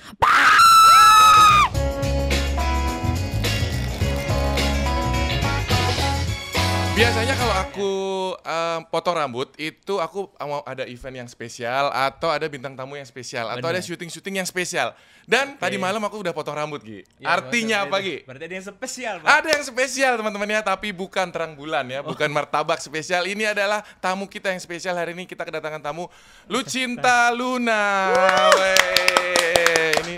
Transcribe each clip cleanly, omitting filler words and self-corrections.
Biasanya kalau aku potong rambut itu aku mau ada event yang spesial atau ada bintang tamu yang spesial atau ada syuting-syuting yang spesial. Dan tadi malam aku udah potong rambut, Gi. Ya, Artinya apa, Gi? Berarti ada yang spesial, Pak. Ada yang spesial, teman-teman ya, tapi bukan terang bulan ya, bukan martabak spesial. Ini adalah tamu kita yang spesial hari ini. Kita kedatangan tamu Lucinta Luna. Ini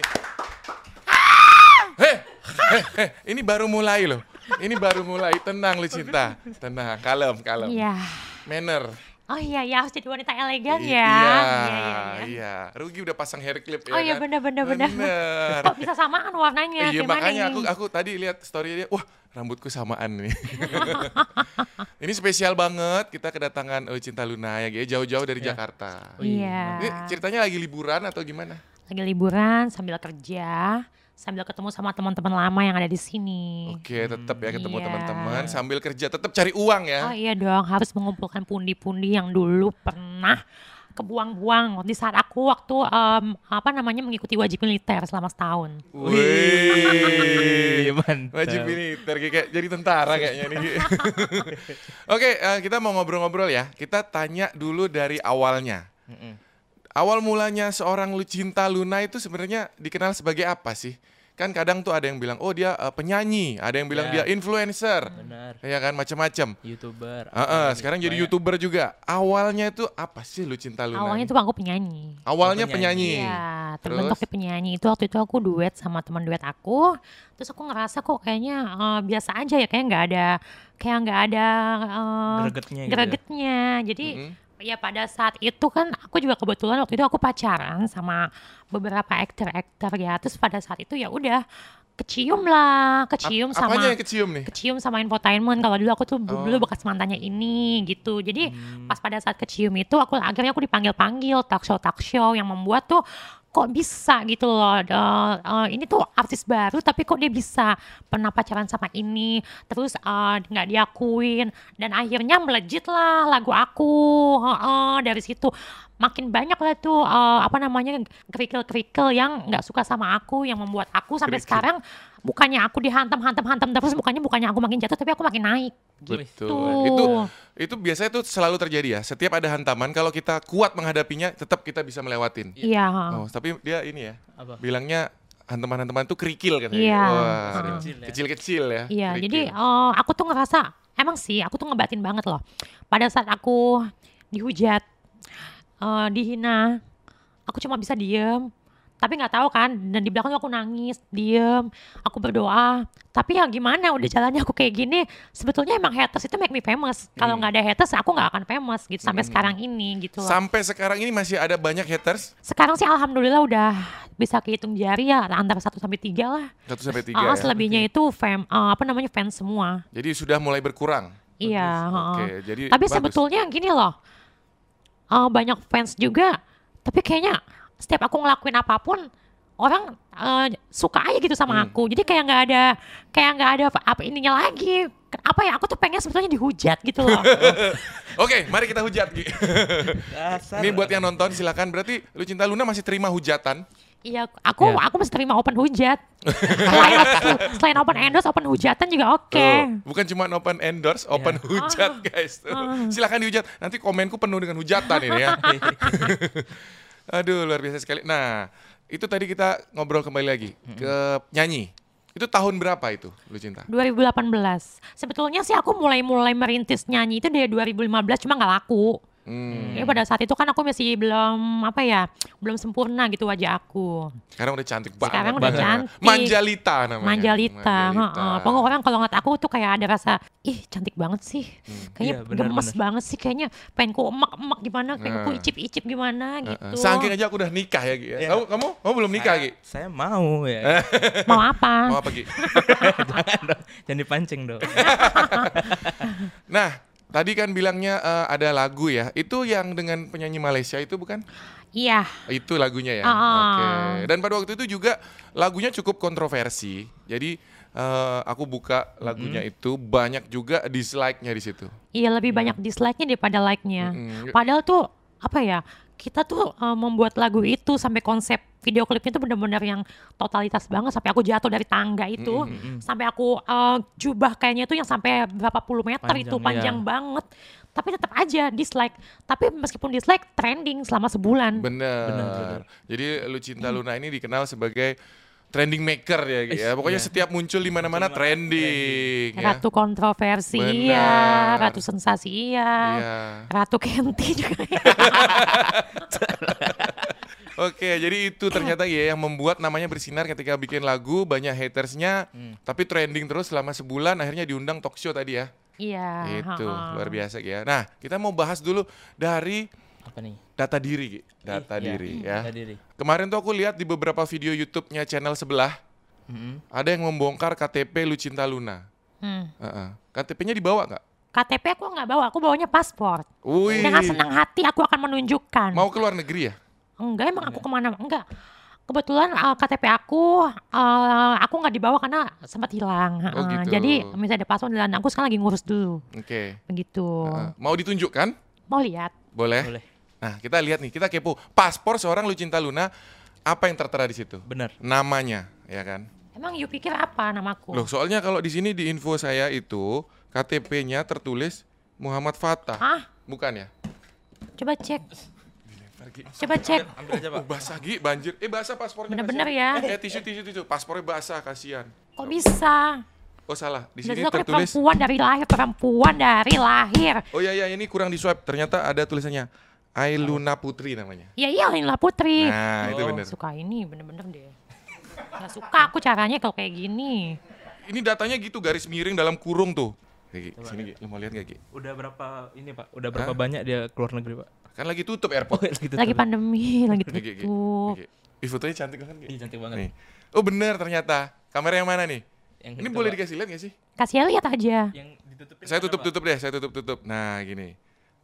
ini baru mulai loh. Ini baru mulai, tenang Lucinta, tenang, kalem. Iya. Manner. Oh iya, harus jadi wanita elegan ya. Iya. Rugi udah pasang hair clip ya. Oh iya, kan? bener. Kok bisa samaan warnanya? Iya, Gimana makanya ini? aku tadi lihat story dia, wah rambutku samaan nih. Ini spesial banget, kita kedatangan Lucinta Luna ya, jauh-jauh dari Jakarta. Iya. Ini ceritanya lagi liburan atau gimana? Lagi liburan sambil kerja, sambil ketemu sama teman-teman lama yang ada di sini. Oke, tetap ya ketemu Iya. teman-teman sambil kerja, tetap cari uang ya. Oh iya dong, harus mengumpulkan pundi-pundi yang dulu pernah kebuang-buang di saat aku waktu mengikuti wajib militer selama setahun. Wih, Mantap. wajib militer kayak jadi tentara kayaknya nih. Oke, kita mau ngobrol-ngobrol ya. Kita tanya dulu dari awalnya. Awal mulanya seorang Lucinta Luna itu sebenarnya dikenal sebagai apa sih? Kan kadang tuh ada yang bilang, oh dia penyanyi, ada yang bilang dia influencer, Benar. ya kan macam-macam. YouTuber. Sekarang jadi YouTuber juga. Awalnya itu apa sih Lucinta Luna? Awalnya ini? tuh aku penyanyi. Awalnya penyanyi. Iya, Terus? terbentuk di penyanyi itu waktu itu aku duet sama teman duet aku. Terus aku ngerasa kok kayaknya biasa aja ya, kayak nggak ada Gregetnya gitu ya? gregetnya. Jadi ya pada saat itu kan aku juga kebetulan waktu itu aku pacaran sama beberapa aktor-aktor ya. Terus pada saat itu ya udah kecium sama Apanya yang kecium nih? kecium sama infotainment. Kalau dulu aku tuh dulu bekas mantannya ini gitu. Jadi pas pada saat kecium itu akhirnya aku dipanggil-panggil talk show yang membuat tuh kok bisa gitu loh. Ini tuh artis baru tapi kok dia bisa pernah pacaran sama ini, terus nggak diakuin, dan akhirnya melejit lah lagu aku. Dari situ makin banyak lah tuh kerikil-kerikil yang nggak suka sama aku, yang membuat aku sampai Kerikil. sekarang bukannya aku dihantam terus, bukannya aku makin jatuh tapi aku makin naik. Betul. Itu biasanya tuh selalu terjadi ya. Setiap ada hantaman, kalau kita kuat menghadapinya, tetap kita bisa melewatin. Iya. Oh, tapi dia ini ya, Apa? bilangnya hantaman-hantaman itu kerikil katanya. Iya. Wah, Kecil ya. kecil-kecil ya. Iya, kerikil. jadi aku tuh ngerasa, emang sih aku tuh ngebatin banget loh. Pada saat aku dihujat, dihina, aku cuma bisa diem. Tapi nggak tahu kan, dan di belakang aku nangis, diem, aku berdoa. Tapi ya gimana, udah jalannya aku kayak gini. Sebetulnya emang haters itu make me famous. Kalau nggak ada haters, aku nggak akan famous gitu sampai sekarang ini gitu loh. Sampai sekarang ini masih ada banyak haters. Sekarang sih alhamdulillah udah bisa kehitung jari ya, antara 1 sampai 3 lah. 1 sampai 3 ya. Selebihnya itu fans semua. Jadi sudah mulai berkurang. Iya. Oke, jadi Tapi bagus. sebetulnya gini loh, banyak fans juga, tapi kayaknya setiap aku ngelakuin apapun orang suka aja gitu sama aku. Jadi kayak nggak ada apa ininya lagi. Apa ya? Aku tuh pengen sebetulnya dihujat gitu loh. Oke, mari kita hujat, Gi. Dasar. Ini buat yang nonton silakan. Berarti Lucinta Luna masih terima hujatan. Iya, aku mesti terima open hujat. Selain open endorse, open hujatan juga oke. Tuh, bukan cuma open endorse, open hujat guys. Tuh. Silakan dihujat. Nanti komenku penuh dengan hujatan ini ya. Aduh, luar biasa sekali. Nah, itu tadi kita ngobrol kembali lagi ke nyanyi. Itu tahun berapa itu, Lucinta? 2018. Sebetulnya sih aku mulai merintis nyanyi itu dari 2015, cuma nggak laku. Ya pada saat itu kan aku masih belum sempurna gitu wajah aku. Sekarang udah cantik banget. Sekarang udah cantik. Manjalita namanya. Manjalita. Pokoknya orang kalau ngeliat aku tuh kayak ada rasa, ih cantik banget sih. Kayaknya Iya, benar, gemes benar. banget sih. Kayaknya pengen ku emak-emak gimana, pengen ku icip-icip gimana gitu. Saking aja aku udah nikah ya, Gi. Iya. Kamu belum nikah, Gi? Saya mau ya. Mau apa? Mau apa, Gi? Jangan dong. Jangan dipancing dong. Nah, tadi kan bilangnya ada lagu ya. Itu yang dengan penyanyi Malaysia itu bukan? Iya. Itu lagunya ya. Ah. Oke. Dan pada waktu itu juga lagunya cukup kontroversi. Jadi aku buka lagunya itu banyak juga dislike-nya di situ. Iya, lebih banyak dislike-nya daripada like-nya. Mm-mm. Padahal tuh apa ya? kita tuh membuat lagu itu sampai konsep video klipnya tuh benar-benar yang totalitas banget, sampai aku jatuh dari tangga itu, sampai aku jubah kayaknya itu yang sampai berapa puluh meter itu panjang banget. Tapi tetap aja dislike. Tapi meskipun dislike, trending selama sebulan. Bener. Jadi Lu Cinta Luna ini dikenal sebagai trending maker ya, Gi, ya. Pokoknya setiap muncul di mana-mana trending. Ya. Ratu kontroversi Bener. iya, Ratu sensasi iya, Ratu Kenti juga ya. Oke, jadi itu ternyata ya yang membuat namanya bersinar ketika bikin lagu, banyak hatersnya, tapi trending terus selama sebulan, akhirnya diundang talk show tadi ya. Iya. Itu luar biasa ya. Nah, kita mau bahas dulu dari Apa nih? data diri, Gi. Data diri ya. Data diri. Kemarin tuh aku lihat di beberapa video YouTube-nya channel sebelah, ada yang membongkar KTP Lu Cinta Luna. KTP-nya dibawa nggak? KTP aku nggak bawa, aku bawanya paspor. Wih, Dengan senang hati aku akan menunjukkan. mau ke luar negeri ya? Enggak, emang aku kemana? Enggak. Kebetulan KTP aku nggak dibawa karena sempat hilang. Oh, gitu. Jadi misalnya ada paspor dan aku sekarang lagi ngurus dulu. Oke. Begitu. Mau ditunjukkan? Mau lihat? Boleh. Boleh. Nah, kita lihat nih, kita kepo. Paspor seorang Lu Cinta Luna, apa yang tertera di situ? Benar. Namanya, ya kan? Emang you pikir apa namaku? Loh, soalnya kalau di sini di info saya itu KTP-nya tertulis Muhammad Fattah. Ah, Bukan ya? coba cek. Gi. Coba cek. Ambil aja, Pak. Basah, Gi, banjir. Basah paspornya. Bener-bener kasihan. ya. Tisu. Paspornya basah, kasihan. Kok bisa? Oh, salah. Di Jadi sini aku tertulis. perempuan dari lahir. Oh iya, ini kurang di swipe. Ternyata ada tulisannya Ailuna Putri namanya. Iya, Lila Putri. Nah, itu bener. Suka ini bener-bener deh. Gak suka aku caranya kalau kayak gini. Ini datanya gitu, garis miring dalam kurung tuh. Gi, sini Gi, lu mau lihat gak Gi? Udah berapa ini, Pak? Udah berapa banyak dia keluar negeri, Pak? Kan lagi tutup airport. Gitu. Lagi pandemi, lagi Nih, Gi. tutup. Ih, fotonya cantik banget Gi. Ih, cantik banget. Nih. Oh bener ternyata. Kamera yang mana nih? Yang Ini itu, boleh Pak. dikasih lihat gak sih? Kasih lihat aja. Yang ditutupin. Saya mana, Pak? tutup deh, saya tutup. Nah, gini.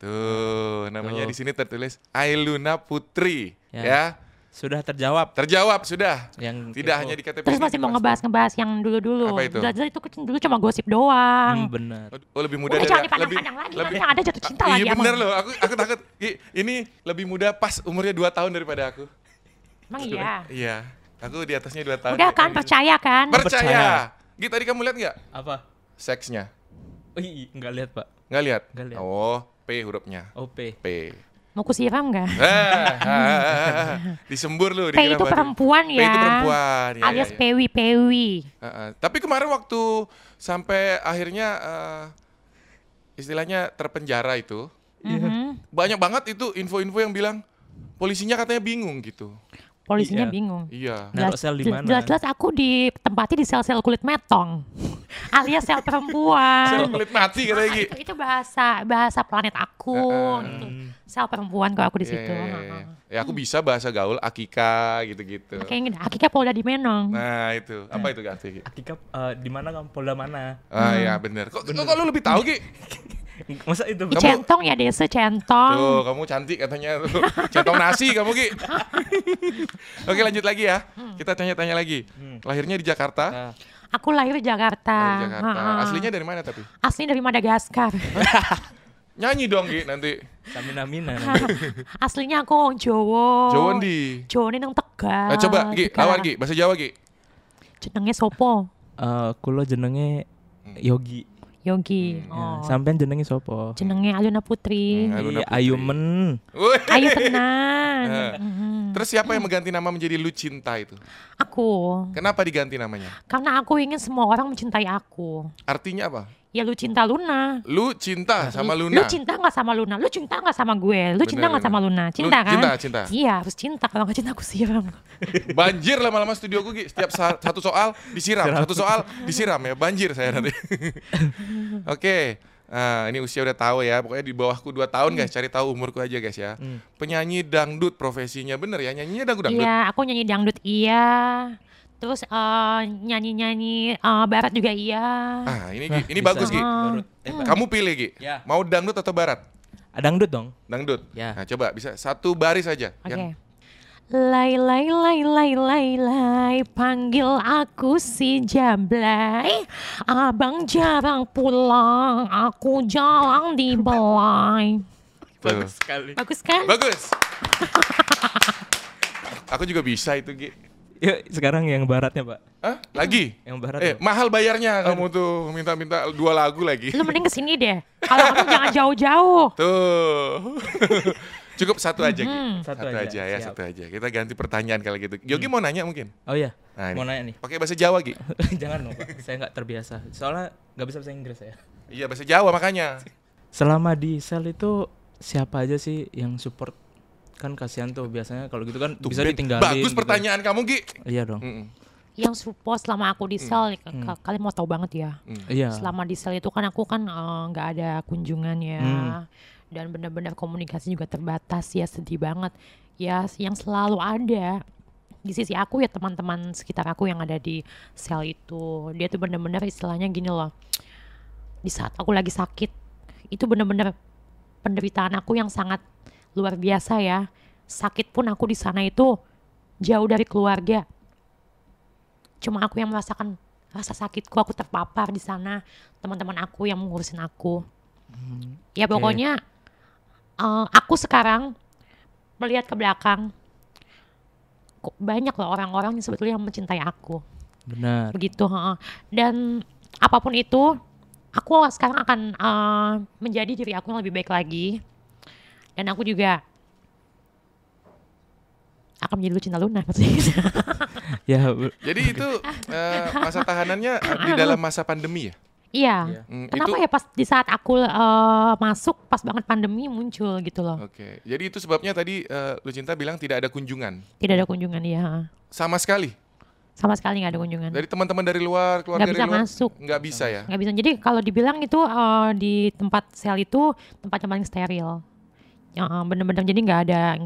Tuh, namanya Tuh. di sini tertulis Ailuna Putri, Ya. ya. Sudah terjawab. Terjawab sudah. Yang Tidak kepo. hanya di KTP. Terus ini, masih mau Mas. ngebahas yang dulu-dulu. Apa itu? Jelas-jelas itu kan dulu cuma gosip doang. Benar. Oh, lebih muda Udah dari jangan dipandang-pandang lagi, nanti yang ada jatuh cinta Iya lagi bener sama. loh, aku takut. Gi, ini lebih muda pas umurnya 2 tahun daripada aku. Emang iya. Iya, aku di atasnya 2 tahun. Udah Gi. kan, percaya kan? Percaya. Gi, tadi kamu lihat nggak Apa? seksnya? Oh, iya, enggak lihat, Pak. Nggak lihat? Nggak lihat. Oh, P hurufnya. OP. P. Mau kusiram nggak? Disembur lu. P dikira itu baju. perempuan P ya. itu perempuan. Ya, Alias ya, ya. pewi-pewi. Tapi kemarin waktu sampai akhirnya istilahnya terpenjara itu, banyak banget itu info-info yang bilang polisinya katanya bingung gitu. Polisinya Iya. bingung. Iya. Naruh sel di mana? Jelas-jelas aku ditempati di sel-sel kulit metong. Alias sel perempuan. Sel kulit mati katanya Gi. Itu bahasa planet aku. Gitu. Sel perempuan kalau aku di situ. Iya. Ya aku bisa bahasa gaul Akika gitu-gitu. Kayaknya Akika Polda di Menong. Nah itu apa itu Gak Gi? Akika di mana kamu? Polda mana? Ah ya bener. Kok lu lebih tahu Gi? Masa itu? Di Centong ya desa Centong. Tuh kamu cantik katanya tuh. Centong nasi kamu Gi. Oke lanjut lagi ya. Kita tanya-tanya lagi. Lahirnya di Jakarta. Nah, Aku lahir di Jakarta. Lahir di Jakarta. Ha-ha. Aslinya dari mana tapi? Aslinya dari Madagaskar. Nyanyi dong Gi nanti. Samina nanti. Aslinya aku orang Jawa. Jawa ndi? Jawa ini nang Tegal. Coba Gi, Tegal. lawan Gi, bahasa Jawa Gi. Jenenge sopo? Kulo jenenge Yogi. Yogi. Ya, sampean jenenge sopo? Jenenge Aluna Putri. Aluna Iya, Putri. Ayu men. Wih. Ayu tenan. Terus siapa yang mengganti nama menjadi Lu Cinta itu? Aku. Kenapa diganti namanya? Karena aku ingin semua orang mencintai aku. Artinya apa? Ya lu cinta Luna. Lu cinta sama Lu Luna. cinta nggak sama Luna? Lu cinta nggak sama gue? Lu cinta nggak Bener. sama Luna? Cinta Lu kan? cinta. Iya harus cinta. Kalau nggak cinta aku siram. Banjir lama-lama studioku Gi. Setiap satu soal disiram, satu soal disiram ya. Banjir saya nanti. Oke. Nah, ini usia udah tahu ya. Pokoknya di bawahku 2 tahun guys. Cari tahu umurku aja guys ya. Penyanyi dangdut profesinya bener ya? Nyanyinya dangdut. Iya, aku nyanyi dangdut iya. Terus nyanyi-nyanyi barat juga iya. Ah, ini Bisa. bagus Gi. Garut. Kamu pilih Gi. Ya. Mau dangdut atau barat? Dangdut dong. Dangdut. Ya. Nah, coba bisa satu baris aja. Oke. Lai lai lai lai lai lai panggil aku si Jablay. Abang jarang pulang, aku jalan di belai. Tuh. Bagus sekali. Bagus kan? Bagus. Aku juga bisa itu, Gi. Yuk, sekarang yang baratnya, Pak. Hah? Lagi? Yang barat. Pak. Mahal bayarnya kamu tuh minta-minta 2 lagu lagi. Lu mending kesini deh. Kalau kamu jangan jauh-jauh. Tuh. Cukup satu aja, Gi. Satu Satu aja ya, siap. satu aja. Kita ganti pertanyaan kalau gitu. Yogi mau nanya mungkin? Oh iya. Nah, ini. Mau nanya nih. Pakai bahasa Jawa, Gi. Jangan dong, Pak. Saya nggak terbiasa. Soalnya nggak bisa bahasa Inggris saya. Iya, bahasa Jawa makanya. Selama di sel itu siapa aja sih yang support? Kan kasihan tuh biasanya kalau gitu kan bisa Tumben. ditinggalin. Bagus gitu. pertanyaan kamu, Gi. Iya dong. Yang support selama aku di sel, kalian mau tahu banget ya. Iya. Selama di sel itu kan aku kan nggak ada kunjungan ya. Dan benar-benar komunikasi juga terbatas ya, sedih banget. Ya yang selalu ada di sisi aku ya teman-teman sekitar aku yang ada di sel itu. Dia tuh benar-benar istilahnya gini loh. Di saat aku lagi sakit, itu benar-benar penderitaan aku yang sangat luar biasa ya. Sakit pun aku di sana itu jauh dari keluarga. Cuma aku yang merasakan rasa sakitku, aku terpapar di sana. Teman-teman aku yang mengurusin aku. Ya pokoknya aku sekarang melihat ke belakang, kok banyak loh orang-orang yang sebetulnya mencintai aku. Benar. Begitu. Dan apapun itu, aku sekarang akan menjadi diri aku yang lebih baik lagi. Dan aku juga akan menjadi Lucinta Luna. Ya, Jadi itu masa tahanannya di dalam masa pandemi ya? Iya. Kenapa ya pas di saat aku masuk pas banget pandemi muncul gitu loh. Oke. Jadi itu sebabnya tadi Lucinta bilang tidak ada kunjungan. Tidak ada kunjungan ya. Sama sekali. Sama sekali nggak ada kunjungan. Dari teman-teman dari luar, keluarga Nggak bisa dari luar. masuk. Nggak bisa ya? Nggak bisa. Jadi kalau dibilang itu di tempat sel itu tempat yang paling steril. Bener-bener jadi nggak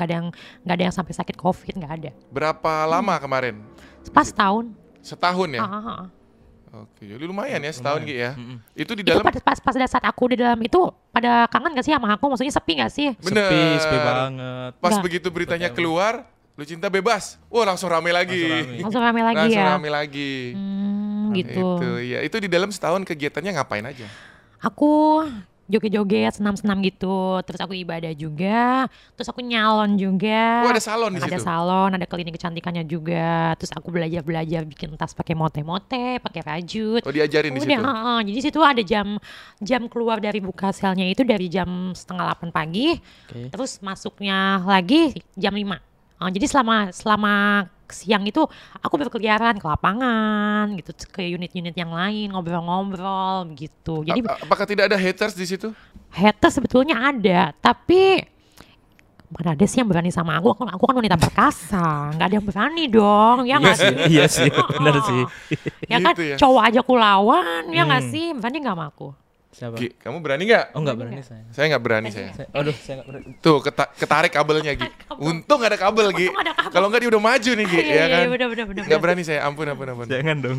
ada yang sampai sakit COVID, nggak ada. Berapa lama kemarin? Pas tahun. Setahun ya? Ah. Oke, jadi lumayan ya setahun Gi ya. Itu di Itu dalam pas saat aku di dalam itu pada kangen gak sih sama aku? Maksudnya sepi gak sih? bener. sepi banget. Pas Nggak. begitu beritanya keluar, Lucinta bebas. Wah, langsung rame lagi. Langsung rame lagi Langsung ya. rame lagi. Gitu. Itu ya. Itu di dalam setahun kegiatannya ngapain aja? Aku joget-joget, senam-senam gitu. Terus aku ibadah juga. Terus aku nyalon juga. Oh, ada salon di Ada situ. salon, ada klinik kecantikannya juga. Terus aku belajar bikin tas pakai mote-mote, pakai rajut. Oh, diajarin di situ. Udah, jadi situ ada jam keluar dari buka selnya itu dari jam 7:30 pagi. Oke. Terus masuknya lagi jam 5. Jadi selama siang itu aku berkeliaran ke lapangan gitu, ke unit-unit yang lain, ngobrol-ngobrol gitu. Jadi Apakah tidak ada haters di situ? haters sebetulnya ada, tapi mana ada sih yang berani sama aku? Aku kan wanita perkasa, nggak ada yang berani dong, ya nggak sih? Iya sih, benar sih. Ya kan, Gitu ya. cowok aja aku lawan, ya nggak sih? Berani nggak sama aku? Siapa? Gi, kamu berani nggak? Oh, enggak berani saya. Saya nggak berani saya. Aduh, saya enggak berani. Tuh ketarik kabelnya Gi. Untung ada kabel Gi. Untung ada kabel. Kalau nggak dia udah maju nih Gi, ya kan? bener. Nggak berani saya. Ampun. Jangan dong.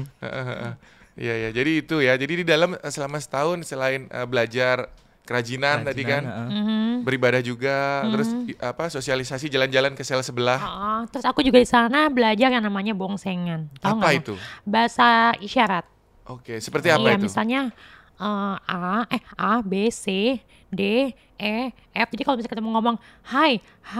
Iya ya. Jadi itu ya. Jadi di dalam selama setahun selain belajar kerajinan tadi kan, beribadah juga, terus sosialisasi jalan-jalan ke sel sebelah. Terus aku juga di sana belajar yang namanya bongsengan. Tahu Apa nggak? itu? Bahasa isyarat. Oke, seperti apa Iya, itu? misalnya A, B, C, D, E, F. Jadi kalau misalnya kita mau ngomong hi.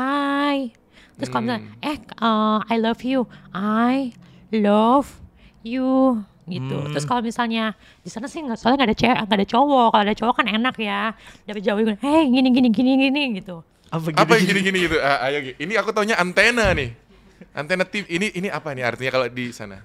Terus kalau misalnya I love you, I love you gitu. Terus kalau misalnya di sana sih soalnya nggak ada cowok. Kalau ada cowok kan enak ya. Dari jauh gitu, hey gini gitu. Apa yang gini-gini gitu? Ayo Gi. Ini aku taunya antena nih. Antena TV. Ini apa nih artinya kalau di sana?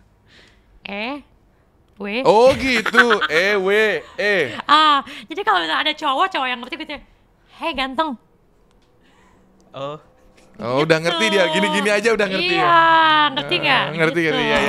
W. Oh gitu. W, E. Jadi kalau misalnya ada cowok yang ngerti gitu, hey ganteng. Oh, Oh, udah ngerti dia. Gini-gini aja udah ngerti Iya, ya. ngerti nggak? Ngerti. Gitu. Iya.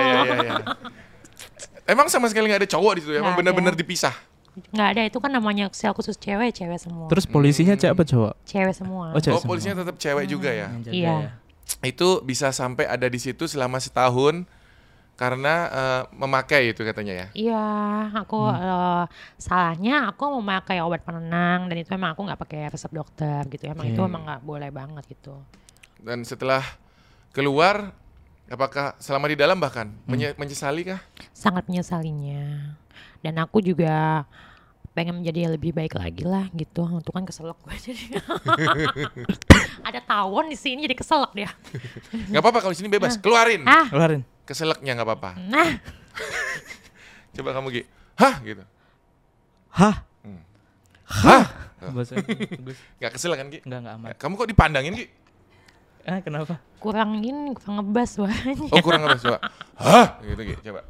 Emang sama sekali nggak ada cowok di situ. Emang Nggak benar-benar ada. dipisah. Nggak ada, itu kan namanya sel khusus cewek semua. terus polisinya cewek apa cowok? Cewek semua. Oh, cewek Oh, polisinya tetap cewek juga ya. Yang jaga Iya. ya. Itu bisa sampai ada di situ selama setahun karena memakai itu katanya ya. Iya, aku salahnya aku memakai obat penenang dan itu emang aku nggak pakai resep dokter gitu. Emang itu emang nggak boleh banget gitu. Dan setelah keluar, apakah selama di dalam bahkan menyesali kah? Sangat menyesalinya. Dan aku juga pengen menjadi lebih baik lagi lah gitu. Untuk kan keselak gue jadi. Ada tawon di sini jadi keselak dia. Nggak apa-apa kalau di sini bebas, keluarin. Keluarin. Keselaknya nggak apa-apa. Nah, Coba kamu Gi. Hah gitu. Hah? Hah? Bahasa bagus. Nggak kesel kan Gi? Enggak aman. Kamu kok dipandangin Gi? Kenapa? kurang ngebas suaranya. Oh kurang ngeres coba. Hah? Gitu Gi, coba.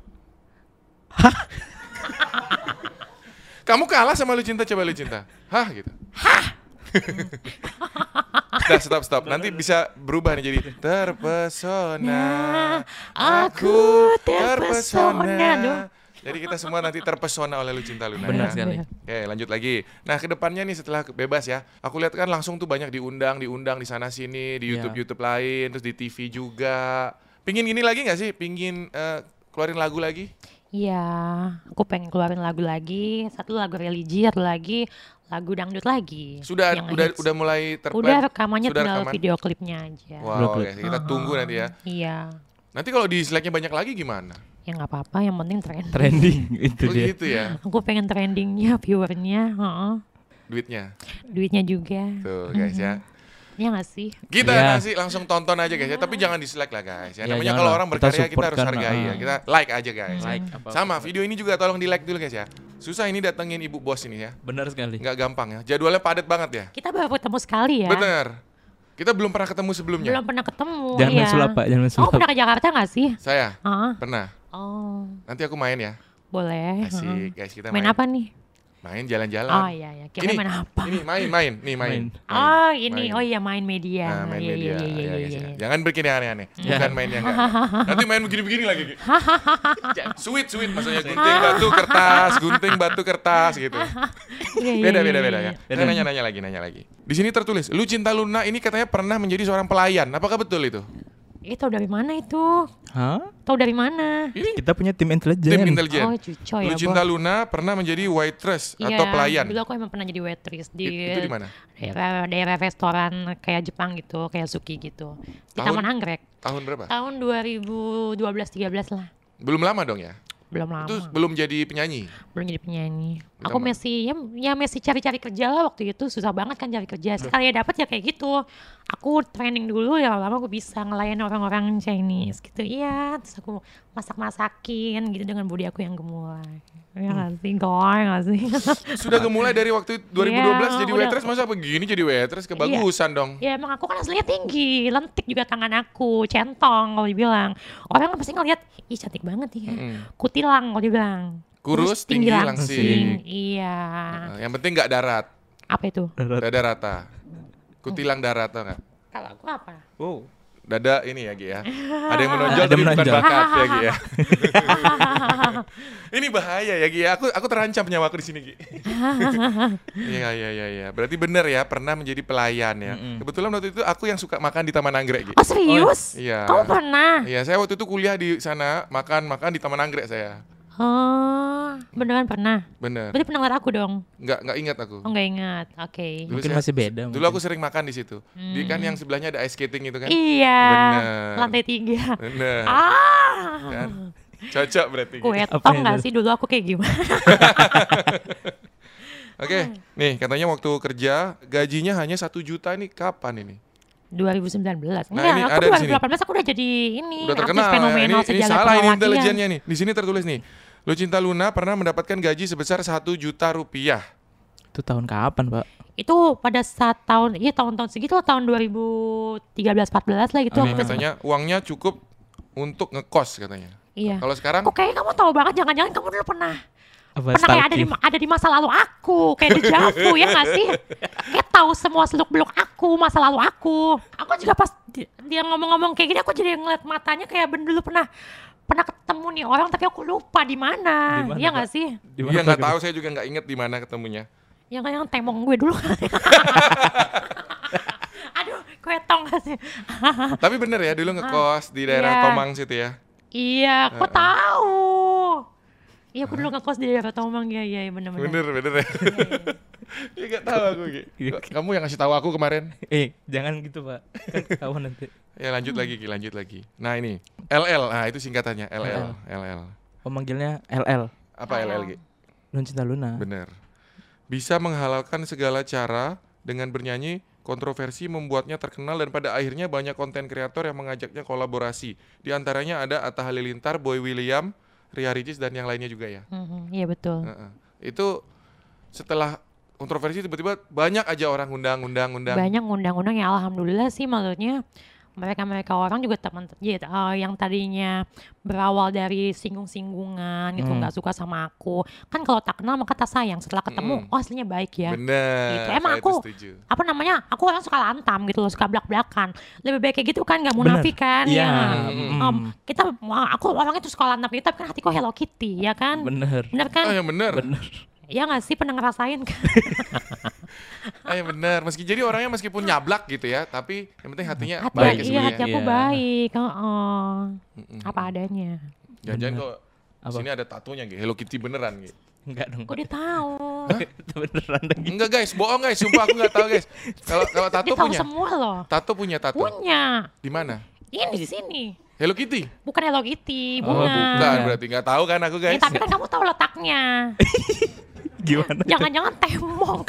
Kamu kalah sama Lu Cinta, coba Lu Cinta. Hah gitu. Stop. Nanti bisa berubah nih jadi terpesona. Aku terpesona. Jadi kita semua nanti terpesona oleh Lu Cinta Luna. Benar Ya. sekali. Oke, lanjut lagi. Nah, kedepannya nih setelah bebas ya, aku lihat kan langsung tuh banyak diundang di sana sini, di Iya. YouTube lain, terus di TV juga. Pingin gini lagi nggak sih? Pingin keluarin lagu lagi? Iya, aku pengen keluarin lagu lagi. Satu lagu religi, satu lagi lagu dangdut lagi. Sudah Yang udah hits. udah mulai Udah rekamannya Sudah tinggal rekaman? video klipnya aja. Wow, oke. Kita tunggu nanti ya. Iya, Nanti kalau di Slack-nya banyak lagi gimana? ya nggak apa-apa. Yang penting trending. Trending itu Oh dia. gitu ya, Aku pengen trendingnya, viewernya, duitnya. duitnya juga. Tuh guys ya. Ya nggak sih? Kita Iya. kasih langsung tonton aja guys ya, tapi jangan di Slack lah guys ya. Iya, Namanya jangan kalau lah. orang Kita berkarya kita support harus kan, hargai ya. Kita like aja guys. Like Ya. apa? Sama video ini juga tolong di like dulu guys ya. Susah ini datengin ibu bos ini ya. Benar sekali. Nggak gampang ya. Jadwalnya padat banget ya. Kita baru ketemu sekali ya. Bener. Kita belum pernah ketemu sebelumnya. Belum pernah ketemu. Jangan main iya. sulap, Pak. Jangan main Oh, sulap. pernah ke Jakarta nggak sih? Saya Ah, pernah. oh, Nanti aku main ya. boleh. Asik guys, kita Main apa nih? Main jalan-jalan. Oh iya ya, kira Ini, main apa? Ini main. Nih main. Oh ini, Main. oh iya main media. Nah, main Iya, media. iya, iya, Ya, iya, guys, iya, ya. iya. Jangan bikin yang aneh-aneh. Bukan main yang enggak. Nanti main begini-begini lagi. Gi. Sweet, maksudnya gunting batu kertas gitu. Iya, iya, Beda iya, ya. iya. Kita nanya lagi. Di sini tertulis, Lu Cinta Luna ini katanya pernah menjadi seorang pelayan. Apakah betul itu? Tahu dari mana itu? Hah? Tahu dari mana? Ini Kita punya tim intelijen. tim intelijen. Oh cuco ya. Lu Bos. Cinta Luna pernah menjadi waitress Iya, atau pelayan. Dulu aku emang pernah jadi waitress di Itu di mana? daerah restoran kayak Jepang gitu, kayak Suki gitu. Di Tahun? Taman Anggrek. Tahun berapa? Tahun 2012-13 lah. Belum lama dong ya? Belum lama. Itu belum jadi penyanyi. Belum jadi penyanyi. Belum Aku lama. masih masih cari-cari kerja lah waktu itu. Susah banget kan cari kerja. Sekali ya dapat ya kayak gitu. Aku training dulu ya lama aku bisa ngelayan orang-orang Chinese gitu. Iya, terus aku masak-masakin gitu dengan budi aku yang gemulai. Ya nggak sih, goy nggak sih? Sudah gemulai dari waktu 2012 Iya, jadi udah. waitress, masa begini jadi waitress? Kebagusan dong. Ya emang aku kan aslinya tinggi, lentik juga tangan aku, centong kalau dibilang. Orang kan pasti ngeliat, ih cantik banget ya. Kutilang kalau dibilang. Kurus, Terus tinggi, langsing. Iya. Yang penting nggak darat, Apa itu? dada rata. Kutilang darat tau nggak? Kalau aku apa? Wow. Dada ini ya Gi ya. Ada yang menonjol Ada tapi bukan menonjol. bakat ya Gi ya. Ini bahaya ya Gi ya. Aku terancam nyawaku di sini Gi. Iya. Berarti benar ya pernah menjadi pelayan ya. Kebetulan waktu itu aku yang suka makan di Taman Anggrek Gi. Oh serius? Iya. Kamu pernah? Iya, saya waktu itu kuliah di sana, makan di Taman Anggrek saya. Oh, beneran pernah? Bener. Berarti pernah ngeliat aku dong? Nggak ingat aku. Oh nggak ingat, oke. Dulu Mungkin saya- masih beda. Dulu aku sering makan di situ. Di kan yang sebelahnya ada ice skating itu kan. Iya, Bener. lantai 3. Bener. Ah, Kan? Cocok berarti. Gi. kue Apa tong itu? nggak sih dulu aku kayak gimana? Oke, nih katanya waktu kerja gajinya hanya 1 juta nih kapan ini? 2019. Nah, Enggak, ini aku ada di sini. 2018 aku udah jadi ini Udah artis terkenal ya. fenomenal Ini sejalan salah ini lelakian. intelijennya nih. Di sini tertulis nih. Lu Cinta Luna pernah mendapatkan gaji sebesar 1 juta rupiah. Itu tahun kapan, Pak? Itu pada saat tahun-tahun segitu lah, tahun 2013-14 lah gitu. Nih aku katanya uangnya cukup untuk ngekos katanya. Iya. Kalau sekarang Kok kayaknya kamu tahu banget, jangan-jangan kamu dulu pernah Apa kayak stalking? ada di masa lalu aku, kayak dejavu ya nggak sih? Kayak tahu semua seluk-beluk aku, masa lalu aku. Aku juga pas dia ngomong-ngomong kayak gini, aku jadi ngeliat matanya kayak dulu pernah ketemu nih orang, tapi aku lupa di mana. Di mana, Iya Pak? nggak sih? Di mana, Iya nggak Pak? tahu, saya juga nggak inget di mana ketemunya. Yang kayak temong gue dulu. Aduh, kue tong gak sih? Tapi bener ya dulu ngekos di daerah Iya. Tomang situ ya. Iya, aku tahu. Iya, aku dulu ngekos di daerah Tomang, iya bener-bener. Bener ya. Iya nggak tahu aku. Gi. Kamu yang ngasih tahu aku kemarin. Jangan gitu, Pak. Kan ketahuan nanti. Ya lanjut lagi Gi, lanjut lagi. Nah ini LL, nah itu singkatannya LL. Oh, manggilnya LL. Apa LL Gi? Lu Cinta Luna. Bener. bisa menghalalkan segala cara dengan bernyanyi. Kontroversi membuatnya terkenal dan pada akhirnya banyak konten kreator yang mengajaknya kolaborasi. Di antaranya ada Atta Halilintar, Boy William, Ria Ricis dan yang lainnya juga ya. Iya betul. Itu setelah kontroversi tiba-tiba banyak aja orang undang. Banyak undang-undang ya, alhamdulillah sih, maksudnya mereka orang juga teman yang tadinya berawal dari singgung-singgungan gitu, nggak suka sama aku. Kan kalau tak kenal maka tak sayang. Setelah ketemu, oh aslinya baik ya. Bener. Gitu. Emang saya aku itu setuju. aku orang suka lantam gitu loh, suka belak-belakan. Lebih baik kayak gitu kan, nggak munafik kan. Iya. Ya. Aku orangnya tuh suka lantam gitu, tapi kan hatiku Hello Kitty ya kan. Bener. Bener kan? Oh ya bener. Ya nggak sih, pernah ngerasain kan? Ya bener. Meskipun orangnya nyablak gitu ya, tapi yang penting hatinya Hati, baik ya iya, sebenarnya. hati aku Iya. baik. Apa adanya. Jangan kok Apa? sini ada tatonya gitu. Hello Kitty beneran gitu. Enggak dong. Kok dia tahu? Beneran lagi. Enggak guys, bohong guys, sumpah aku enggak tahu guys. Kalau tato Dia tahu punya. semua loh. Tato punya tato. Punya. Di mana? Ini di sini. Hello Kitty. Bukan Hello Kitty, Oh, bunga. Bukan berarti enggak tahu kan aku Ya, guys. tapi kan kamu tahu letaknya. Gimana? Jangan-jangan temong.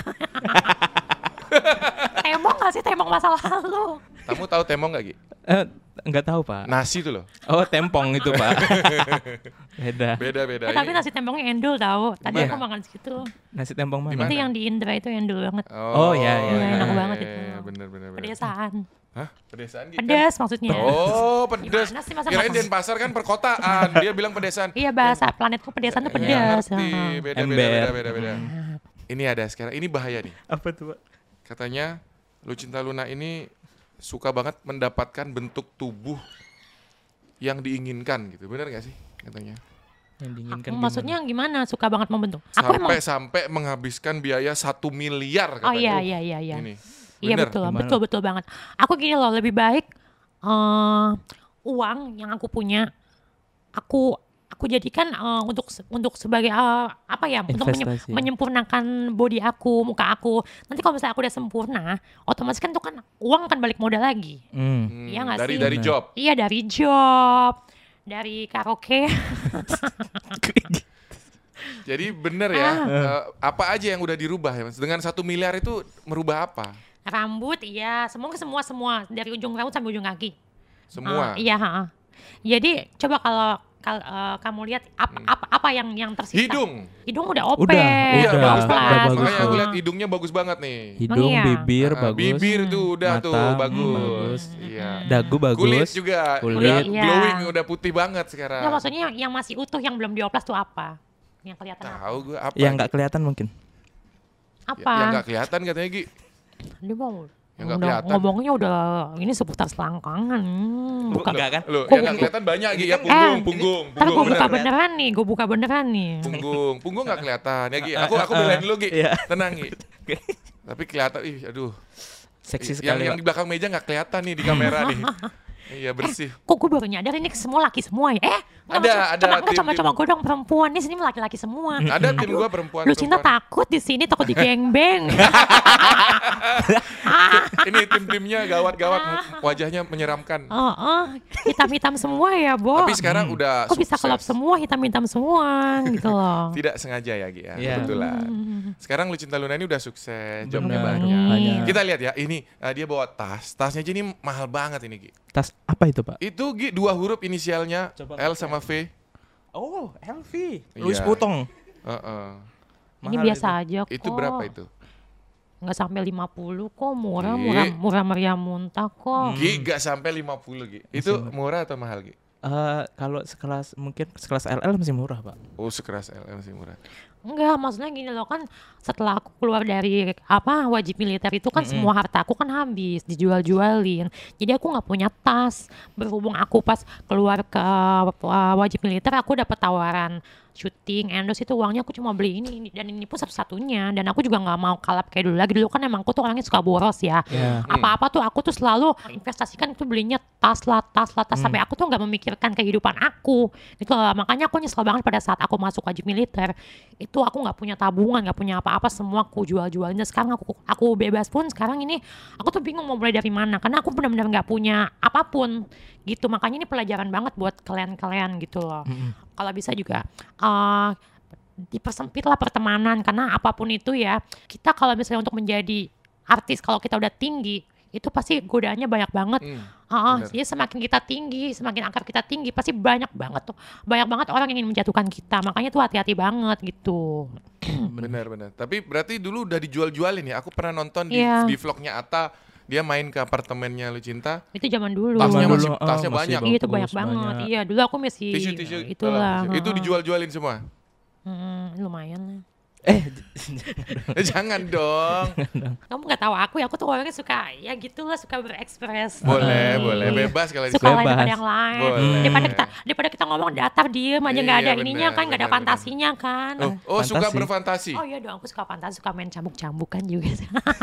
Temong nggak sih, temong masa lalu? Kamu tahu temong enggak Gi? Enggak tahu, Pak. Nasi tuh loh. Oh, tempong itu, Pak. Beda. Beda-beda. Tapi nasi tempongnya endul tahu. Tadi Gimana? aku makan situ. Nasi tempong Di mana? mana? Itu yang di Indra itu endul banget. Oh, iya, iya. Iya, enak banget itu. Bener. Pedesaan. Hah? Pedesaan gitu? Pedes maksudnya. Oh, pedes. Gimana sih, masa Kirain nggak- Denpasar kan perkotaan. Dia bilang pedesaan. Iya, bahasa planetku pedesaan tuh pedes. Ngerti. Ember. Beda. Ini ada sekarang. Ini bahaya nih. Apa tuh, Pak? Katanya Lucinta Luna ini suka banget mendapatkan bentuk tubuh yang diinginkan gitu. Bener gak sih katanya? Yang diinginkan Maksudnya gimana? Suka banget membentuk. Aku emang. Sampai menghabiskan biaya 1 miliar Oh katanya. iya. Ini. Iya Bener? Gimana? betul banget. Aku gini loh, lebih baik uang yang aku punya, aku jadikan untuk sebagai apa ya, untuk Investasi ya? menyempurnakan body aku, muka aku. Nanti kalau misalnya aku udah sempurna, otomatis kan tuh kan uang akan balik modal lagi. Iya nggak sih? Dari job. Iya, dari job, dari karaoke. Jadi bener ya. Apa aja yang udah dirubah ya Mas? Dengan 1 miliar itu merubah apa? Rambut, iya, semua dari ujung rambut sampai ujung kaki. Semua. Iya, Jadi coba kalau kamu lihat apa yang tersisa. Hidung udah open. Udah bagus banget. bagus Makanya aku tuh. lihat hidungnya bagus banget nih. Hidung, iya? bibir bagus. Bibir tuh udah Mata, tuh bagus. bagus. Iya. Dagu bagus. Kulit juga Kulit. udah Iya. glowing, udah putih banget sekarang. Nggak, maksudnya yang masih utuh, yang belum dioplas tuh apa? Yang kelihatan apa? Tahu gue apa? Yang nggak kelihatan mungkin. Apa? Yang nggak kelihatan katanya Gi. Dia mau Yang nggak udah kelihatan. ngomongnya udah ini seputar selangkangan. Bukan nggak kan? Loh, yang nggak kelihatan banyak Gi ya, punggung. Ntar gue buka bener. beneran nih. Punggung nggak kelihatan ya Gi. Aku belain dulu Gi. Iya. Tenang Gi. Tapi kelihatan, aduh. Seksi yang sekali, yang Pak. di belakang meja nggak kelihatan nih di kamera nih. Iya bersih. Kok gue baru nyadar ini semua laki semua ya? Ada tim. Coba gue dong perempuan, ini sini laki-laki semua. Ada tim gua perempuan. Lucinta takut di sini, takut di gengbeng. Ini tim-timnya gawat-gawat, wajahnya menyeramkan. Hitam-hitam semua ya, Bo. Tapi sekarang udah Kok bisa sukses. kelap semua, hitam-hitam semua gitu loh. Tidak sengaja ya Gi ya, Iya. kebetulan. Sekarang Lucinta Luna ini udah sukses, jobnya Benar, banyak. banyak. Kita lihat ya, ini dia bawa tasnya aja ini mahal banget ini Gi. Tas apa itu, Pak? Itu Gi 2 huruf inisialnya, Coba L sama V. Oh, LV. Iya. Louis Vuitton. Heeh. Ini Mahal biasa aja kok. Itu berapa itu? Nggak sampai 50 kok, murah Gi. meriah muntah kok. Gi gak sampai 50 Gi. Itu murah atau mahal Gi? Kalau mungkin sekelas LL masih murah, Pak. Oh sekeras L masih murah. Enggak, maksudnya gini loh, kan setelah aku keluar dari wajib militer itu kan semua harta aku kan habis dijual-jualin. Jadi aku nggak punya tas. Berhubung aku pas keluar ke wajib militer aku dapat tawaran syuting, endorse, itu uangnya aku cuma beli ini dan ini pun satu-satunya, dan aku juga nggak mau kalap kayak dulu lagi. Dulu kan emang aku tuh orangnya suka boros ya. Iya. Apa-apa tuh aku tuh selalu investasikan, itu belinya tas lah, sampai aku tuh nggak memikirkan kehidupan aku gitu loh. Makanya aku nyesel banget pada saat aku masuk wajib militer itu aku nggak punya tabungan, nggak punya apa-apa, semua aku jual-jualin. Dan sekarang aku bebas pun sekarang ini aku tuh bingung mau mulai dari mana, karena aku benar-benar nggak punya apapun gitu. Makanya ini pelajaran banget buat kalian gitu loh. Kalau bisa juga dipersempit lah pertemanan, karena apapun itu ya, kita kalau misalnya untuk menjadi artis kalau kita udah tinggi itu pasti godaannya banyak banget. Bener. Jadi semakin kita tinggi, semakin angkat kita tinggi, pasti banyak banget orang yang ingin menjatuhkan kita. Makanya tuh hati-hati banget gitu. Benar. Tapi berarti dulu udah dijual-jualin ya. Aku pernah nonton Iya. di vlognya Atta, dia main ke apartemennya Lucinta. Itu zaman dulu. Tasnya Zaman masih dulu, tasnya masih banyak. Iya, itu bagus, banyak banget. banyak. Iya, dulu aku masih Tisu-tisu itulah. itu dijual-jualin semua. Lumayan lah. Jangan dong. Kamu nggak tahu aku ya, aku tuh orangnya suka ya gitulah, suka berekspresi. Boleh, Iya. bebas kalau di Suka sini. lain daripada Bebas. yang lain. Boleh. Daripada kita ngomong datar diem aja nggak ada Iya, ininya benar, kan, nggak ada benar, fantasinya kan. Oh, suka Fantasi. berfantasi. Oh iya dong, aku suka fantasi, suka main cambuk-cambukan juga.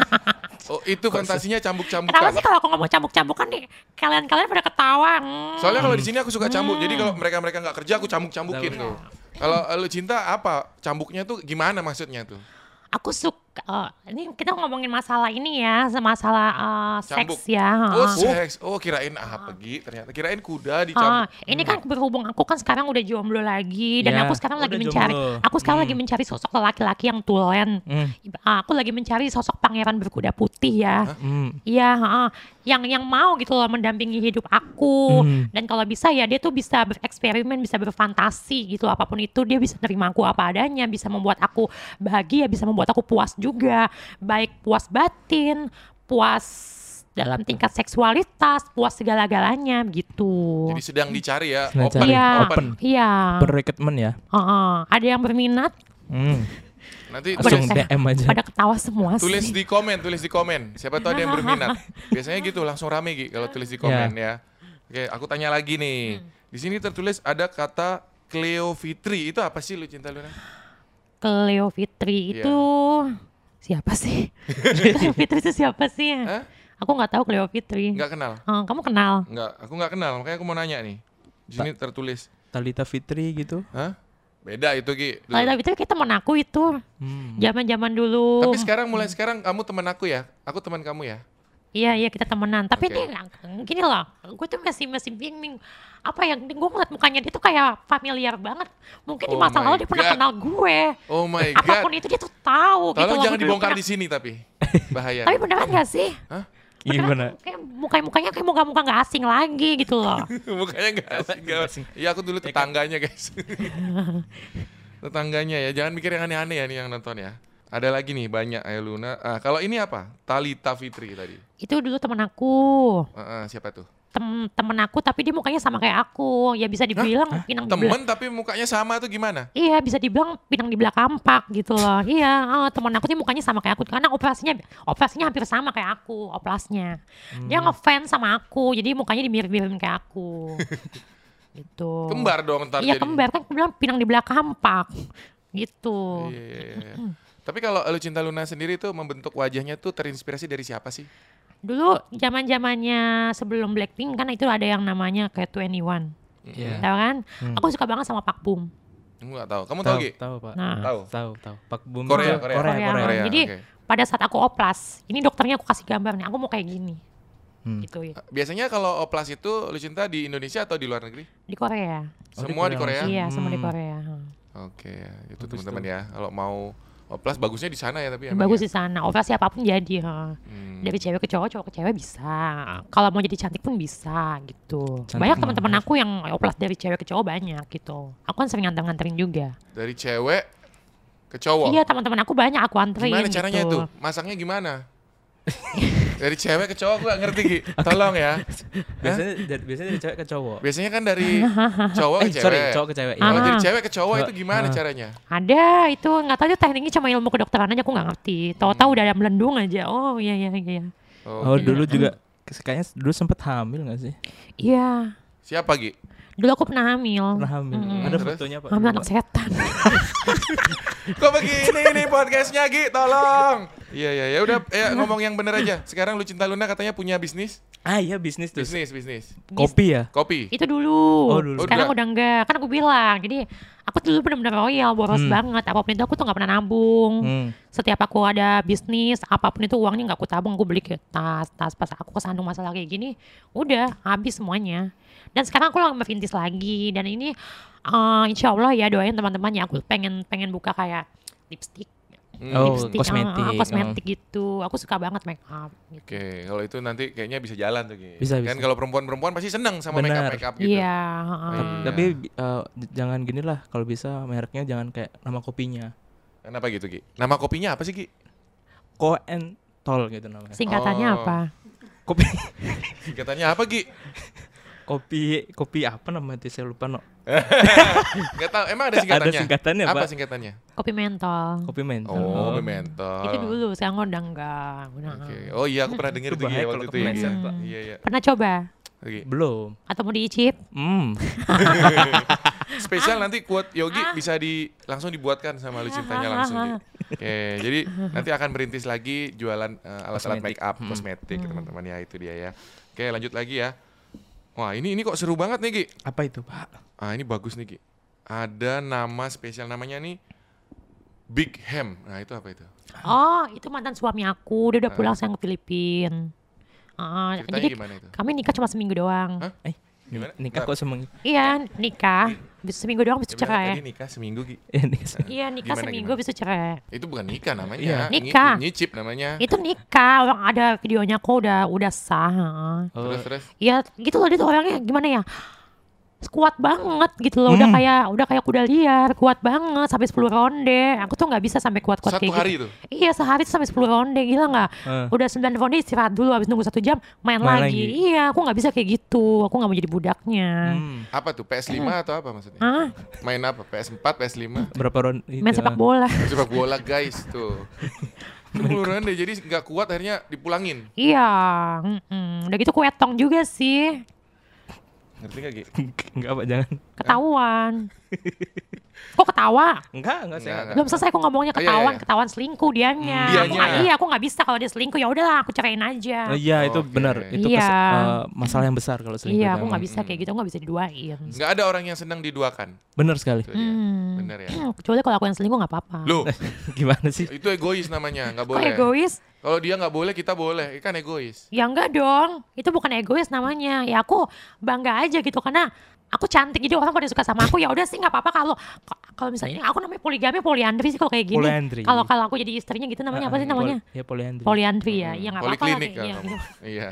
Oh, itu fantasinya Kenapa cambuk-cambukan. sih kalau aku ngomong cambuk-cambukan nih, kalian pada ketawa. Soalnya kalau di sini aku suka cambuk. Jadi kalau mereka nggak kerja aku cambuk-cambukin tuh. Kalau lu cinta apa? Cambuknya tuh gimana maksudnya tuh? Aku suka, ini kita ngomongin masalah ini ya, masalah Cambuk. seks ya. Oh, seks. Oh, kirain apa Gi? Ternyata kirain kuda dicambuk. Ini kan berhubung aku kan sekarang udah jomblo lagi, dan Ya, aku sekarang lagi udah mencari, jomblo. aku sekarang lagi mencari sosok laki-laki yang tulen. Aku lagi mencari sosok pangeran berkuda putih ya. Iya, yang mau gitu loh mendampingi hidup aku. Dan kalau bisa ya dia tuh bisa bereksperimen, bisa berfantasi gitu, apapun itu dia bisa terima aku apa adanya, bisa membuat aku bahagia, bisa membuat aku puas juga, baik puas batin, puas dalam tingkat seksualitas, puas segala-galanya gitu. Jadi sedang dicari ya. Sedang Open. cari. Iya, Open. iya. Per-recruitment ya. Ada yang berminat, Nanti Langsung tulis, DM aja. pada ketawa semua tulis sih. di komen. Siapa tahu ada yang berminat. Biasanya gitu langsung rame Gi kalau tulis di komen ya. Oke, aku tanya lagi nih. Di sini tertulis ada kata Cleo Fitri. Itu apa sih Lucinta Luna? Cleo Fitri Iya. itu siapa sih? Cleo Fitri itu siapa sih? Hah? Aku nggak tahu Cleo Fitri. Enggak kenal. Kamu kenal? Enggak, aku nggak kenal. Makanya aku mau nanya nih. Di sini tertulis. Talita Fitri gitu. Hah? Beda itu Gi. Dulu. Cleo Fitri kita teman aku itu. Zaman-zaman dulu. Tapi mulai sekarang kamu teman aku ya. Aku teman kamu ya. Iya kita temenan. Tapi Oke. ini gini loh, gue tuh masih bingung. Apa yang gue ngeliat mukanya dia tuh kayak familiar banget. Mungkin di Oh masa my lalu dia pernah God. kenal gue. Oh my Apapun god. itu dia tuh tahu. gitu Tolong loh. jangan Gue dulu dibongkar pernah- di sini tapi. Bahaya. Tapi beneran gak sih? Gimana? Kayak mukanya kayak muka-muka gak asing lagi gitu loh. Mukanya nggak asing. Iya aku dulu tetangganya guys. Tetangganya ya. Jangan mikir yang aneh-aneh ya nih yang nonton ya. Ada lagi nih banyak Ayo Luna. Kalau ini apa? Talita Fitri tadi. Itu dulu temen aku. Siapa tuh? Temen aku tapi dia mukanya sama kayak aku. Ya bisa dibilang pinang di belah. Temen tapi mukanya sama tuh gimana? Iya bisa dibilang pinang di belah kampak gitu loh. Iya temen aku dia mukanya sama kayak aku. Karena operasinya hampir sama kayak aku oplasnya. Dia ngefans sama aku. Jadi mukanya dimirip-miripin kayak aku. Gitu. Kembar dong ntar Iya jadi. kembar kan aku bilang pinang di belah kampak. Gitu. Iya. Tapi kalau Lucinta Luna sendiri tuh membentuk wajahnya tuh terinspirasi dari siapa sih? Dulu zaman-zamannya sebelum Blackpink kan itu ada yang namanya kayak 21. Iya. Tahu kan? Aku suka banget sama Park Bom. Enggak tahu. Kamu tahu Gi? Tahu, Pak. Nah, Tahu. Tahu. Pak Bum. Korea, itu Korea. Korea. Jadi oke. pada saat aku oplas, ini dokternya aku kasih gambar nih, aku mau kayak gini. Gitu ya. Biasanya kalau oplas itu Lucinta di Indonesia atau di luar negeri? Di Korea. Semua di Korea? Iya, semua di Korea. Oke, itu Bagus teman-teman tuh. ya. Kalau mau oplas bagusnya di sana ya tapi emang Bagus ya? di sana. Operasi apapun jadi. Dari cewek ke cowok, cowok ke cewek bisa. Kalau mau jadi cantik pun bisa gitu. Cantik Banyak mah. teman-teman aku yang oplas dari cewek ke cowok banyak gitu. Aku kan sering nganter-nganterin juga. Dari cewek ke cowok. Iya, teman-teman aku banyak aku anterin. Gimana caranya gitu. itu? Masaknya gimana? Dari cewek ke cowok aku gak ngerti Gi. Tolong ya. Biasanya dari cewek ke cowok. Biasanya kan dari cowok ke cewek. Sorry, cowok ke cewek. Kalau Iya. dari cewek ke cowok itu gimana caranya? Ada itu nggak tahu itu tekniknya cuma ilmu kedokteran aja aku nggak ngerti. Tahu-tahu udah ada melendung aja. Oh iya. Oh, dulu juga kayaknya dulu sempet hamil gak sih? Iya. Siapa Gi? Dulu aku pernah hamil. Pernah hamil. Ada Terus? fotonya, Pak. Hamil anak setan. Kok begini nih podcastnya Gi? Tolong. Iya ya, ya udah ya ngomong yang bener aja. Sekarang Lucinta Luna katanya punya bisnis. Iya bisnis tuh. Bisnis. Kopi ya? Kopi. Itu dulu. Oh, dulu. Sekarang udah enggak. Kan aku bilang. Jadi aku dulu benar-benar royal, boros banget. Apapun itu aku tuh nggak pernah nabung. Setiap aku ada bisnis, apapun itu uangnya nggak aku tabung. Aku beli kayak tas. Pas aku kesandung masalah kayak gini, udah habis semuanya. Dan sekarang aku lagi merintis lagi. Dan ini insya Allah ya doain teman-teman ya. Aku pengen buka kayak lipstick. Lipstick, kosmetik gitu. Aku suka banget make up gitu. Oke, kalau itu nanti kayaknya bisa jalan tuh Gi. Bisa. Kan kalau perempuan pasti seneng sama Benar. make up gitu. Iya. Tapi jangan gini lah, kalau bisa mereknya jangan kayak nama kopinya. Kenapa gitu Gi? Nama kopinya apa sih Gi? Koentol gitu namanya. Singkatannya Oh. apa? Kopi Singkatannya apa Gi? kopi apa namanya tuh, saya lupa no. Gak tahu. Emang ada singkatannya? Ada singkatannya, Apa Pak. singkatannya? Kopi mentol. Kopi mentol. Oh, kopi mentol. Itu dulu, sekarang udah enggak. Oke. Oh iya, aku pernah denger Itu tuh Gi bahaya waktu kalau itu ya. Gi. kepleset, Pak. Iya. Pernah coba? Oke. Belum. Atau mau diicip? Spesial nanti quote Yogi bisa langsung dibuatkan sama Lucintanya langsung. Gi. Oke, jadi nanti akan merintis lagi jualan alat-alat make up, kosmetik teman-teman ya, itu dia ya. Oke, lanjut lagi ya. Wah, ini kok seru banget nih Gi. Apa itu, Pak? Ah, ini bagus nih Gi. Ada nama spesial namanya nih Big Ham. Nah, itu apa itu? Oh, itu mantan suami aku. Dia udah pulang sekarang ke Filipina. Ceritanya Jadi gimana itu? kami nikah cuma seminggu doang. Hah? Gimana? Nikah kok semeng. Iya, nikah. Bisa seminggu doang bisa Gimana? Tadi cerai. nikah seminggu Gi. Iya, nikah Gimana, seminggu bisa cerai. Itu bukan nikah namanya. Iya. Nikah. Nyicip namanya. Itu nikah, orang ada videonya kok udah sah. Terus. Ya gitu loh, dia tuh orangnya gimana ya? Kuat banget gitu loh, udah kayak kuda liar, kuat banget sampai 10 ronde. Aku tuh nggak bisa sampai kuat-kuat Satu kayak hari gitu. tuh? Iya, sehari tuh sampai 10 ronde, gila nggak? Udah 9 ronde istirahat dulu, habis nunggu 1 jam main lagi. Iya, aku nggak bisa kayak gitu. Aku nggak mau jadi budaknya. Apa tuh? PS5 atau apa maksudnya? Hah? Main apa? PS4, PS5? Berapa ron? Main sepak bola. Sepak bola guys tuh. 10 ronde jadi nggak kuat akhirnya dipulangin. Iya, udah gitu kuetong juga sih, Ngerti gak Gi? Enggak, Pak, jangan. ketahuan. Kok ketawa? Enggak saya. Enggak. Belum selesai aku ngomongnya Oh, iya, iya. ketahuan selingkuh dianya. Dianya. Iya, aku nggak bisa kalau dia selingkuh, ya udahlah aku cerain aja. Oh, iya, itu Oke. benar. Itu Iya. masalah yang besar kalau selingkuh. Iya, aku memang. nggak bisa kayak gitu, aku nggak bisa diduain. Nggak ada orang yang senang diduakan. Benar sekali. Itu dia. Bener ya. Kecuali kalau aku yang selingkuh nggak apa-apa. Loh, Gimana sih? itu egois namanya, nggak Kok boleh. egois? Kalau dia nggak boleh, kita boleh. Kan egois. Ya enggak dong, itu bukan egois namanya. Ya aku bangga aja gitu karena aku cantik, jadi orang pada suka sama aku. Ya udah sih nggak apa-apa kalau misalnya ini aku namanya poligami, poliandri sih kalau kayak gini. Poliandri. Kalau aku jadi istrinya gitu namanya apa sih namanya? Ya poliandri. Poliandri ya. Iya nggak apa-apa lah. Poliklinik kan Iya, kamu. iya. Iya.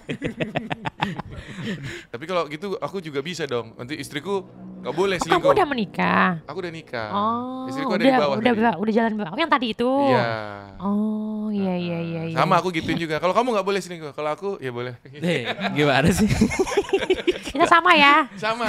Tapi kalau gitu aku juga bisa dong. Nanti istriku nggak boleh Oh, kamu selingkuh. udah menikah? Aku udah nikah. Oh, Istriku ada di bawah. tadi. udah jalan bawah. Oh, yang tadi itu. Iya. Oh, iya iya iya. iya. Sama aku gituin juga. Kalau kamu nggak boleh selingkuh, kalau aku ya boleh. Gimana sih? Kita sama ya. Sama.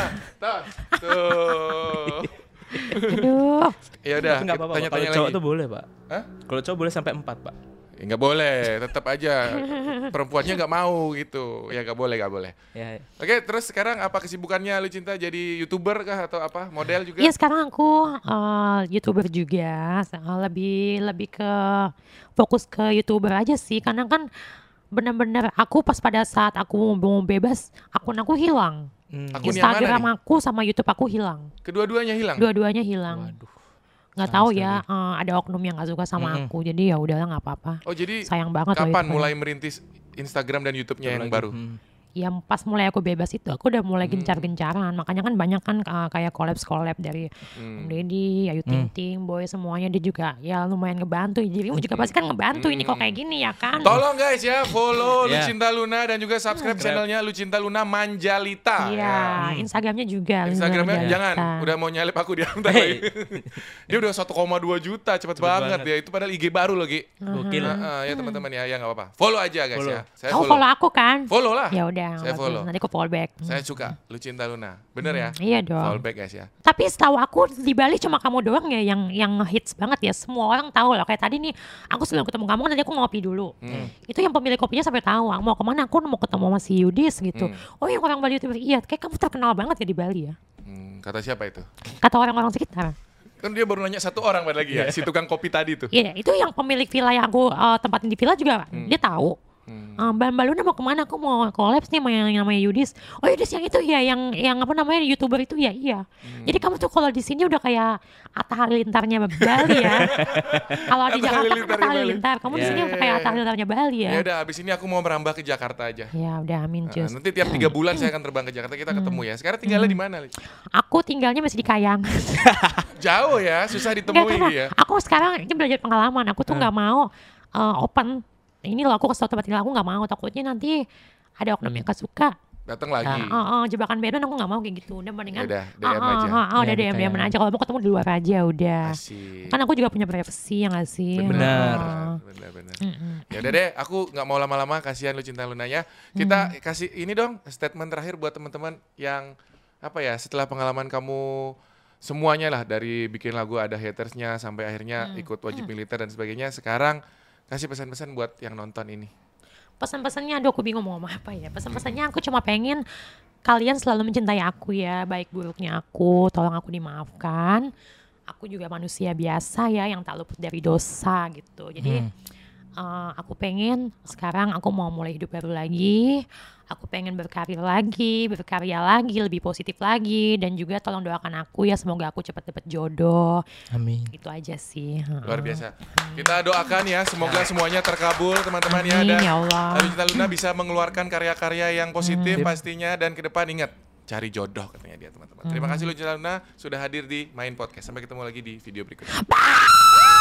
Tuh. Aduh. Ya udah. Enggak apa-apa. Pak. Tanya-tanya Kalau cowok lagi. tuh boleh, Pak. Hah? Kalau cowok boleh sampai 4, Pak. Ya, nggak boleh. Tetap aja. Perempuannya nggak mau gitu. Ya nggak boleh, nggak boleh. Ya. Oke, terus sekarang apa kesibukannya Lucinta? Jadi YouTuber kah atau apa? Model juga? Iya sekarang aku YouTuber juga. Lebih ke fokus ke YouTuber aja sih. Karena kan benar-benar aku pas pada saat aku mau bebas, akun aku hilang. Akun yang mana Instagram nih? aku sama YouTube aku hilang. Kedua-duanya hilang? Dua-duanya hilang. Waduh. Nggak tahu ya, ada oknum yang nggak suka sama aku. Jadi ya udahlah nggak apa-apa. Oh jadi Sayang banget loh kapan itu. mulai merintis Instagram dan YouTube-nya yang baru? Yang pas mulai aku bebas itu aku udah mulai gencar-gencaran. Makanya kan banyak kan kayak collab dari Om Deddy, Ayu Ting Ting, Boy semuanya dia juga ya lumayan ngebantu. Dirimu juga pasti kan ngebantu ini kok kayak gini ya kan. Tolong guys ya follow Ya. Lucinta Luna dan juga subscribe channelnya Lucinta Luna Manjalita. Iya, Instagramnya juga. Instagramnya Luna jangan, Manjalita. udah mau nyalip aku dia. Bentar Hey. lagi. Dia udah 1,2 juta, cepet banget banget. ya. Itu padahal IG baru loh Gi. Gokil. Ya teman-teman ya nggak apa-apa. Follow aja guys Follow. ya. Saya Kamu follow aku kan? Follow lah. Ya udah. Saya bagus. follow. Nanti aku follow back. Saya suka Lucinta Luna. Bener ya? Iya dong. Follow back guys ya. Tapi setahu aku di Bali cuma kamu doang ya yang hits banget ya. Semua orang tahu lah. Kayak tadi nih, aku sebelum ketemu kamu kan tadi aku ngopi dulu. Itu yang pemilik kopinya sampai tahu. Mau kemana? Aku mau ketemu sama si Yudis gitu. Oh yang orang Bali itu iya. Kayak kamu terkenal banget ya di Bali ya. Kata siapa itu? Kata orang-orang sekitar. Kan dia baru nanya satu orang lagi ya, si tukang kopi tadi tuh. Iya, itu yang pemilik villa yang aku tempatin di villa juga dia tahu. Mbak Luna mau kemana? Aku mau collabs nih sama yang namanya Yudis. Oh Yudis yang itu ya, yang apa namanya YouTuber itu ya, iya. Jadi kamu tuh kalau di sini udah kayak Atta Halilintarnya Bali ya. Kalau di Jakarta kan Atta Halilintar, kamu di sini udah kayak Atta Halilintarnya Bali ya. Ya udah, abis ini aku mau merambah ke Jakarta aja. Ya udah, amin Jus. Nanti tiap 3 bulan saya akan terbang ke Jakarta, kita ketemu ya. Sekarang tinggalnya di mana? Aku tinggalnya masih di Kayang. Jauh ya, susah Enggak, ditemui karena ya. aku sekarang ini belajar pengalaman. Aku tuh nggak mau open. Ini loh aku kasih tau tempat tinggal aku nggak mau. Takutnya nanti ada oknum yang gak suka. Datang lagi. Jebakan Batman aku nggak mau kayak gitu. Udah mendingan. Udah, DM aja. Udah DM aja. Kalau mau ketemu di luar aja udah. Asik. Kan aku juga punya privacy ya nggak sih. Benar. Benar. Ya udah deh, aku nggak mau lama-lama, kasihan lu cinta Lunanya. Kita kasih ini dong statement terakhir buat teman-teman yang apa ya, setelah pengalaman kamu semuanya lah, dari bikin lagu ada hatersnya sampai akhirnya ikut wajib militer dan sebagainya. Sekarang kasih pesan-pesan buat yang nonton ini. Pesan-pesannya, aduh aku bingung mau ngomong apa ya. Pesan-pesannya aku cuma pengen kalian selalu mencintai aku ya, baik buruknya aku, tolong aku dimaafkan. Aku juga manusia biasa ya yang tak luput dari dosa gitu. Jadi aku pengen sekarang aku mau mulai hidup baru lagi. Aku pengen berkarya lagi, lebih positif lagi. Dan juga tolong doakan aku ya, semoga aku cepat dapat jodoh. Amin. Itu aja sih. Luar biasa. Kita doakan ya, semoga semuanya terkabul teman-teman ya. Amin, Dan ya Allah. Cinta Luna bisa mengeluarkan karya-karya yang positif pastinya. Dan ke depan ingat, cari jodoh katanya dia teman-teman. Terima kasih Cinta Luna sudah hadir di Main Podcast. Sampai ketemu lagi di video berikutnya.